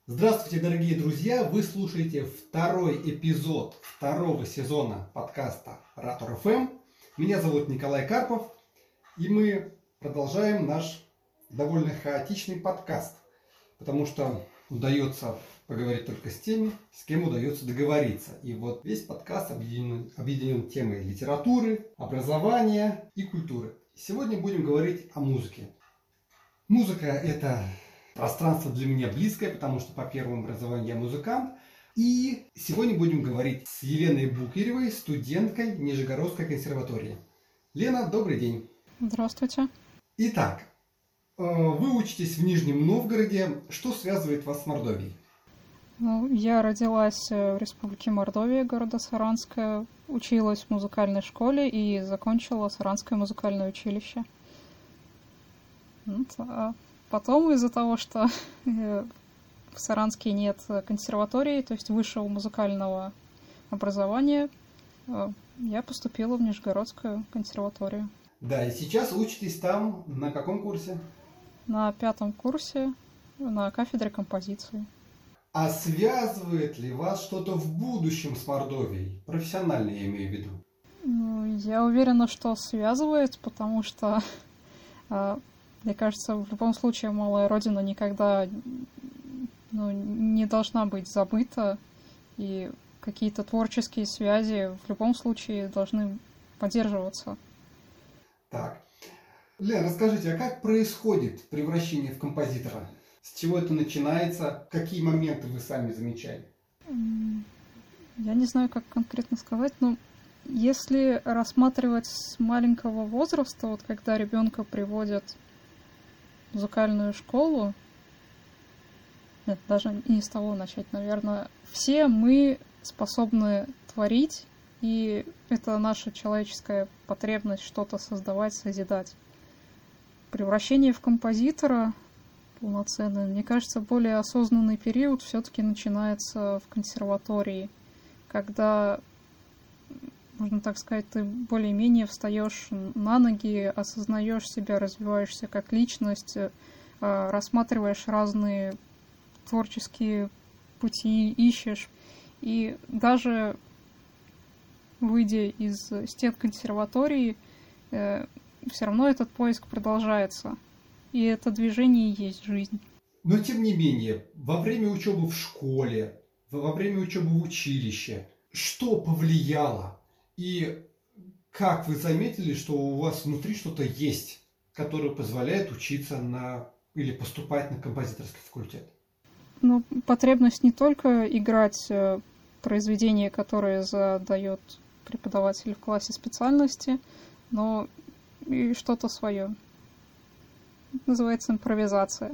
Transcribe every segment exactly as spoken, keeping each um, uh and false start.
Здравствуйте, дорогие друзья! Вы слушаете второй эпизод второго сезона подкаста Ратор эф эм. Меня зовут Николай Карпов, и мы продолжаем наш довольно хаотичный подкаст, потому что удается поговорить только с теми, с кем удается договориться. И вот весь подкаст объединен, объединен темой литературы, образования и культуры. Сегодня будем говорить о музыке. Музыка – это пространство для меня близкое, потому что по первому образованию я музыкант. И сегодня будем говорить с Еленой Букеревой, студенткой Нижегородской консерватории. Лена, добрый день. Здравствуйте. Итак, вы учитесь в Нижнем Новгороде. Что связывает вас с Мордовией? Ну, я родилась в Республике Мордовия, города Саранская, училась в музыкальной школе и закончила Саранское музыкальное училище. Вот. А потом из-за того, что в Саранске нет консерватории, то есть высшего музыкального образования, я поступила в Нижегородскую консерваторию. Да, и сейчас учитесь там на каком курсе? На пятом курсе на кафедре композиции. А связывает ли вас что-то в будущем с Мордовией? Профессионально я имею в виду. Ну, я уверена, что связывает, потому что, мне кажется, в любом случае малая родина никогда ну, не должна быть забыта, и какие-то творческие связи в любом случае должны поддерживаться. Так. Лен, расскажите, а как происходит превращение в композитора? С чего это начинается? Какие моменты вы сами замечали? Я не знаю, как конкретно сказать, но если рассматривать с маленького возраста, вот когда ребенка приводят в музыкальную школу, нет, даже не с того начать, наверное, все мы способны творить, и это наша человеческая потребность что-то создавать, созидать. Превращение в композитора полноценный, мне кажется, более осознанный период все-таки начинается в консерватории, когда, можно так сказать, ты более-менее встаешь на ноги, осознаешь себя, развиваешься как личность, рассматриваешь разные творческие пути, ищешь. И даже выйдя из стен консерватории, э, все равно этот поиск продолжается. И это движение и есть жизнь. Но тем не менее, во время учебы в школе, во время учебы в училище, что повлияло? И как вы заметили, что у вас внутри что-то есть, которое позволяет учиться на или поступать на композиторский факультет? Ну, потребность не только играть произведения, которые задает преподаватель в классе специальности, но и что-то свое. Это называется импровизация.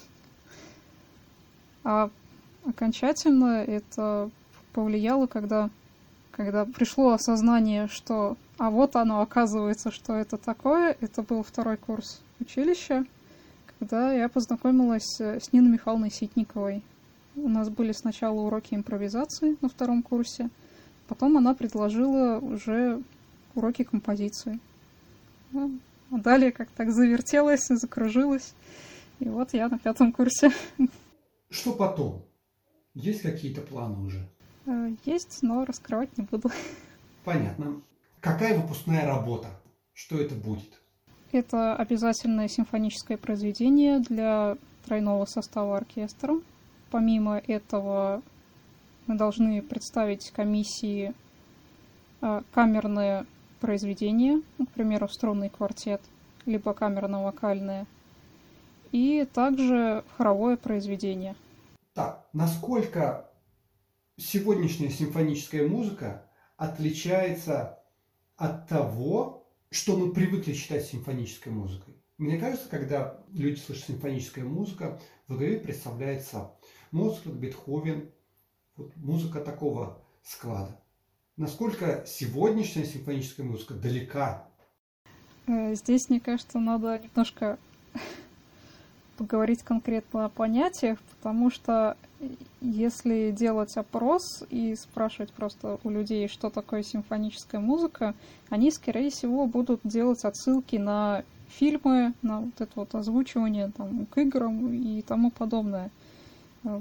А окончательно это повлияло, когда, когда пришло осознание, что а вот оно, оказывается, что это такое. Это был второй курс училища, когда я познакомилась с Ниной Михайловной Ситниковой. У нас были сначала уроки импровизации на втором курсе, потом она предложила уже уроки композиции. Ну, а далее как так завертелась, закружилась. И вот я на пятом курсе. Что потом? Есть какие-то планы уже? Есть, но раскрывать не буду. Понятно. Какая выпускная работа? Что это будет? Это обязательное симфоническое произведение для тройного состава оркестра. Помимо этого мы должны представить комиссии камерное произведение, к примеру, струнный квартет, либо камерно-вокальное, и также хоровое произведение. Так, насколько сегодняшняя симфоническая музыка отличается от того, что мы привыкли считать симфонической музыкой? Мне кажется, когда люди слышат симфоническая музыка, в голове представляется Моцарт, Бетховен, вот музыка такого склада. Насколько сегодняшняя симфоническая музыка далека? Здесь, мне кажется, надо немножко поговорить конкретно о понятиях, потому что если делать опрос и спрашивать просто у людей, что такое симфоническая музыка, они, скорее всего, будут делать отсылки на фильмы, на вот это вот озвучивание там, к играм и тому подобное.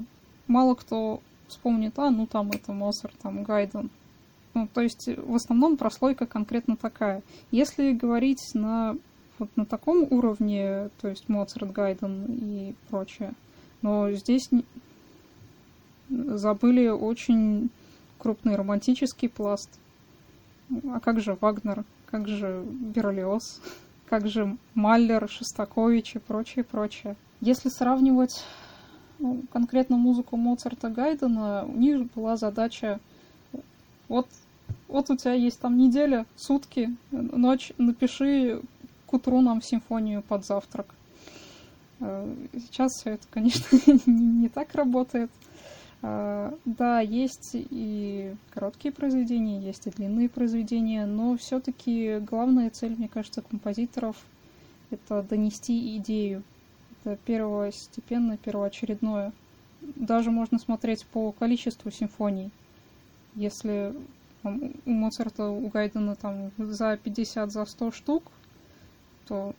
мало кто вспомнит, а, ну там это Моцарт, там Гайден. Ну, то есть в основном прослойка конкретно такая. Если говорить на, вот на таком уровне, то есть Моцарт, Гайден и прочее, но здесь забыли очень крупный романтический пласт. А как же Вагнер, как же Берлиоз, как же Маллер, Шостакович и прочее, прочее. Если сравнивать ну, конкретно музыку Моцарта, Гайдена, у них была задача вот, вот у тебя есть там неделя, сутки, ночь, напиши к утру нам симфонию под завтрак. Сейчас все это, конечно, не так работает. Да, есть и короткие произведения, есть и длинные произведения, но все-таки главная цель, мне кажется, композиторов — это донести идею. Это первостепенное, первоочередное. Даже можно смотреть по количеству симфоний. Если там, у Моцарта, у Гайдена там за пятьдесят, за сто штук, то,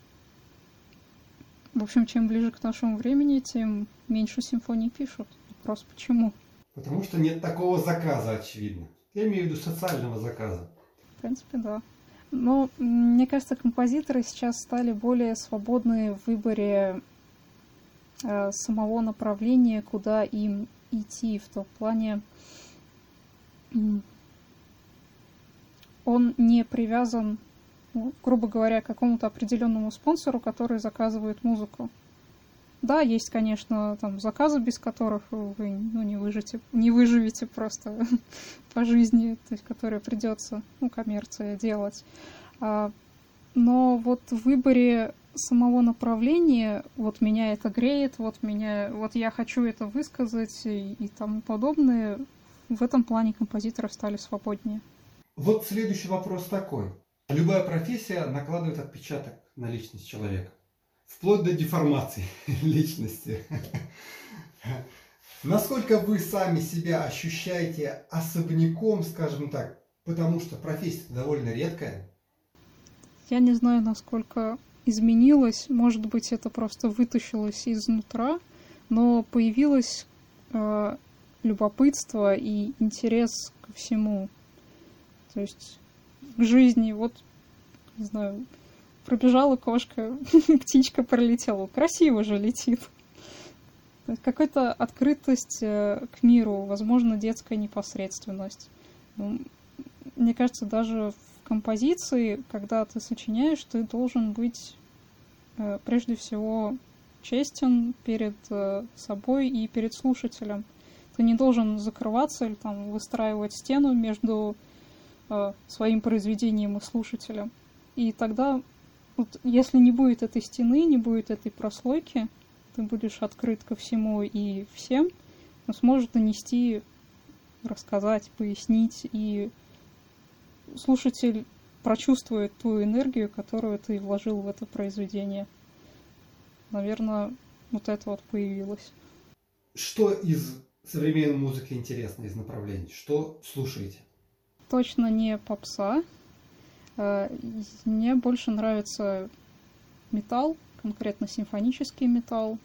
в общем, чем ближе к нашему времени, тем меньше симфоний пишут. Вопрос почему? Потому что нет такого заказа, очевидно. Я имею в виду социального заказа. В принципе, да. Но, мне кажется, композиторы сейчас стали более свободны в выборе э, самого направления, куда им идти. В том плане, он не привязан, ну, грубо говоря, к какому-то определенному спонсору, который заказывает музыку. Да, есть, конечно, там заказы, без которых вы ну, не, выживете, не выживете просто по жизни, то есть которые придется, ну, коммерция делать. А, но вот в выборе самого направления, вот меня это греет, вот меня, вот я хочу это высказать и, и тому подобное, в этом плане композиторы стали свободнее. Вот следующий вопрос такой. Любая профессия накладывает отпечаток на личность человека. Вплоть до деформации личности. Насколько вы сами себя ощущаете особняком, скажем так, потому что профессия довольно редкая? Я не знаю, насколько изменилось. Может быть, это просто вытащилось изнутра, но появилось э, любопытство и интерес ко всему. То есть к жизни. Вот, не знаю, пробежала кошка, птичка пролетела. Красиво же летит. Какая-то открытость к миру, возможно, детская непосредственность. Мне кажется, даже в композиции, когда ты сочиняешь, ты должен быть прежде всего честен перед собой и перед слушателем. Ты не должен закрываться или там выстраивать стену между своим произведением и слушателем. И тогда вот, если не будет этой стены, не будет этой прослойки, ты будешь открыт ко всему и всем, но сможешь донести, рассказать, пояснить, и слушатель прочувствует ту энергию, которую ты вложил в это произведение. Наверное, вот это вот появилось. Что из современной музыки интересно, из направлений? Что слушаете? Точно не попса. Мне больше нравится металл, конкретно симфонический металл.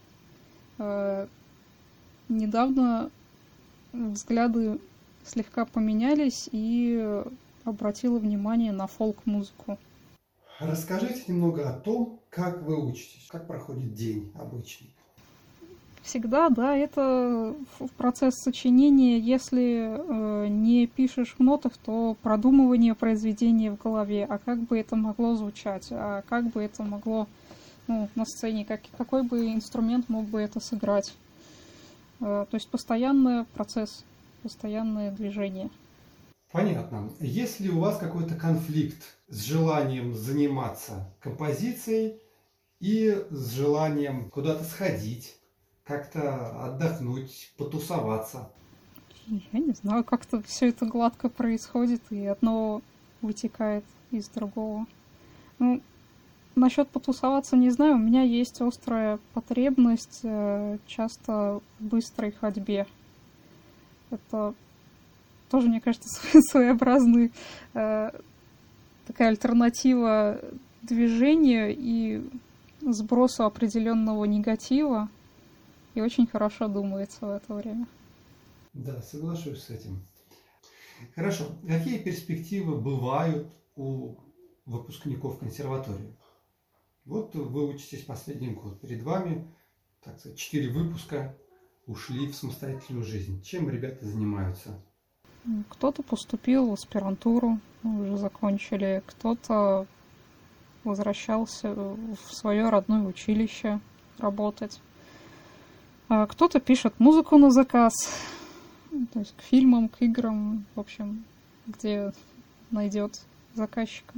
Недавно взгляды слегка поменялись и обратила внимание на фолк-музыку. Расскажите немного о том, как вы учитесь, как проходит день обычный. Всегда, да, это процесс сочинения. Если э, не пишешь в нотах, то продумывание произведения в голове. А как бы это могло звучать? А как бы это могло ну, на сцене? Как, какой бы инструмент мог бы это сыграть? Э, то есть постоянный процесс, постоянное движение. Понятно. Есть ли у вас какой-то конфликт с желанием заниматься композицией и с желанием куда-то сходить? Как-то отдохнуть, потусоваться? Я не знаю, как-то все это гладко происходит, и одно вытекает из другого. Ну, насчет потусоваться не знаю, у меня есть острая потребность э, часто в быстрой ходьбе. Это тоже, мне кажется, своеобразный э, такая альтернатива движению и сбросу определенного негатива. и очень хорошо думается в это время. Да, соглашусь с этим. Хорошо. Какие перспективы бывают у выпускников консерватории? Вот вы учитесь последний год. Перед вами, так сказать, четыре выпуска ушли в самостоятельную жизнь. Чем ребята занимаются? Кто-то поступил в аспирантуру, мы уже закончили. Кто-то возвращался в свое родное училище работать. А кто-то пишет музыку на заказ, то есть к фильмам, к играм, в общем, где найдет заказчика.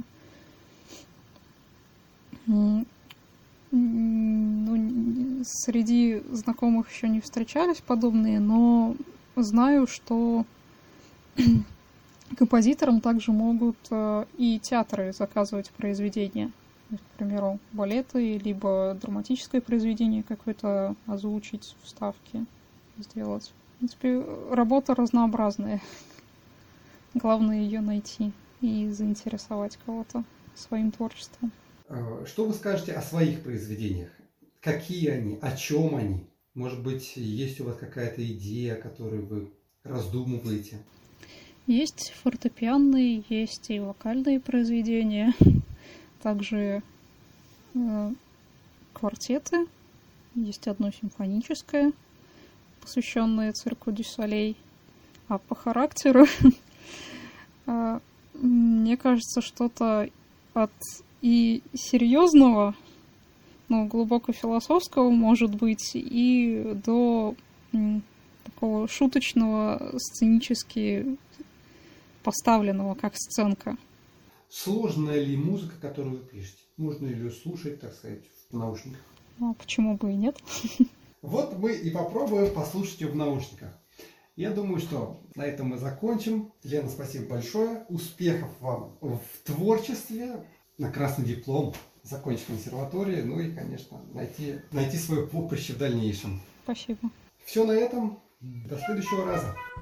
Ну, среди знакомых еще не встречались подобные, но знаю, что композиторам также могут и театры заказывать произведения. К примеру, балеты, либо драматическое произведение какое-то озвучить, вставки сделать. В принципе, работа разнообразная. Главное ее найти и заинтересовать кого-то своим творчеством. Что вы скажете о своих произведениях? Какие они? О чем они? Может быть, есть у вас какая-то идея, о которой вы раздумываете? Есть фортепианные, есть и вокальные произведения. Также э, квартеты. Есть одно симфоническое, посвященное цирку дю Солей. А по характеру, мне кажется, что-то от и серьезного, ну, глубоко философского, может быть, и до такого шуточного, сценически поставленного, как сценка. Сложная ли музыка, которую вы пишете? Можно ли ее слушать, так сказать, в наушниках? Ну, почему бы и нет? Вот мы и попробуем послушать ее в наушниках. Я думаю, что на этом мы закончим. Лена, спасибо большое. Успехов вам в творчестве, на красный диплом, закончить консерваторию, ну и, конечно, найти, найти свое поприще в дальнейшем. Спасибо. Все на этом. До следующего раза.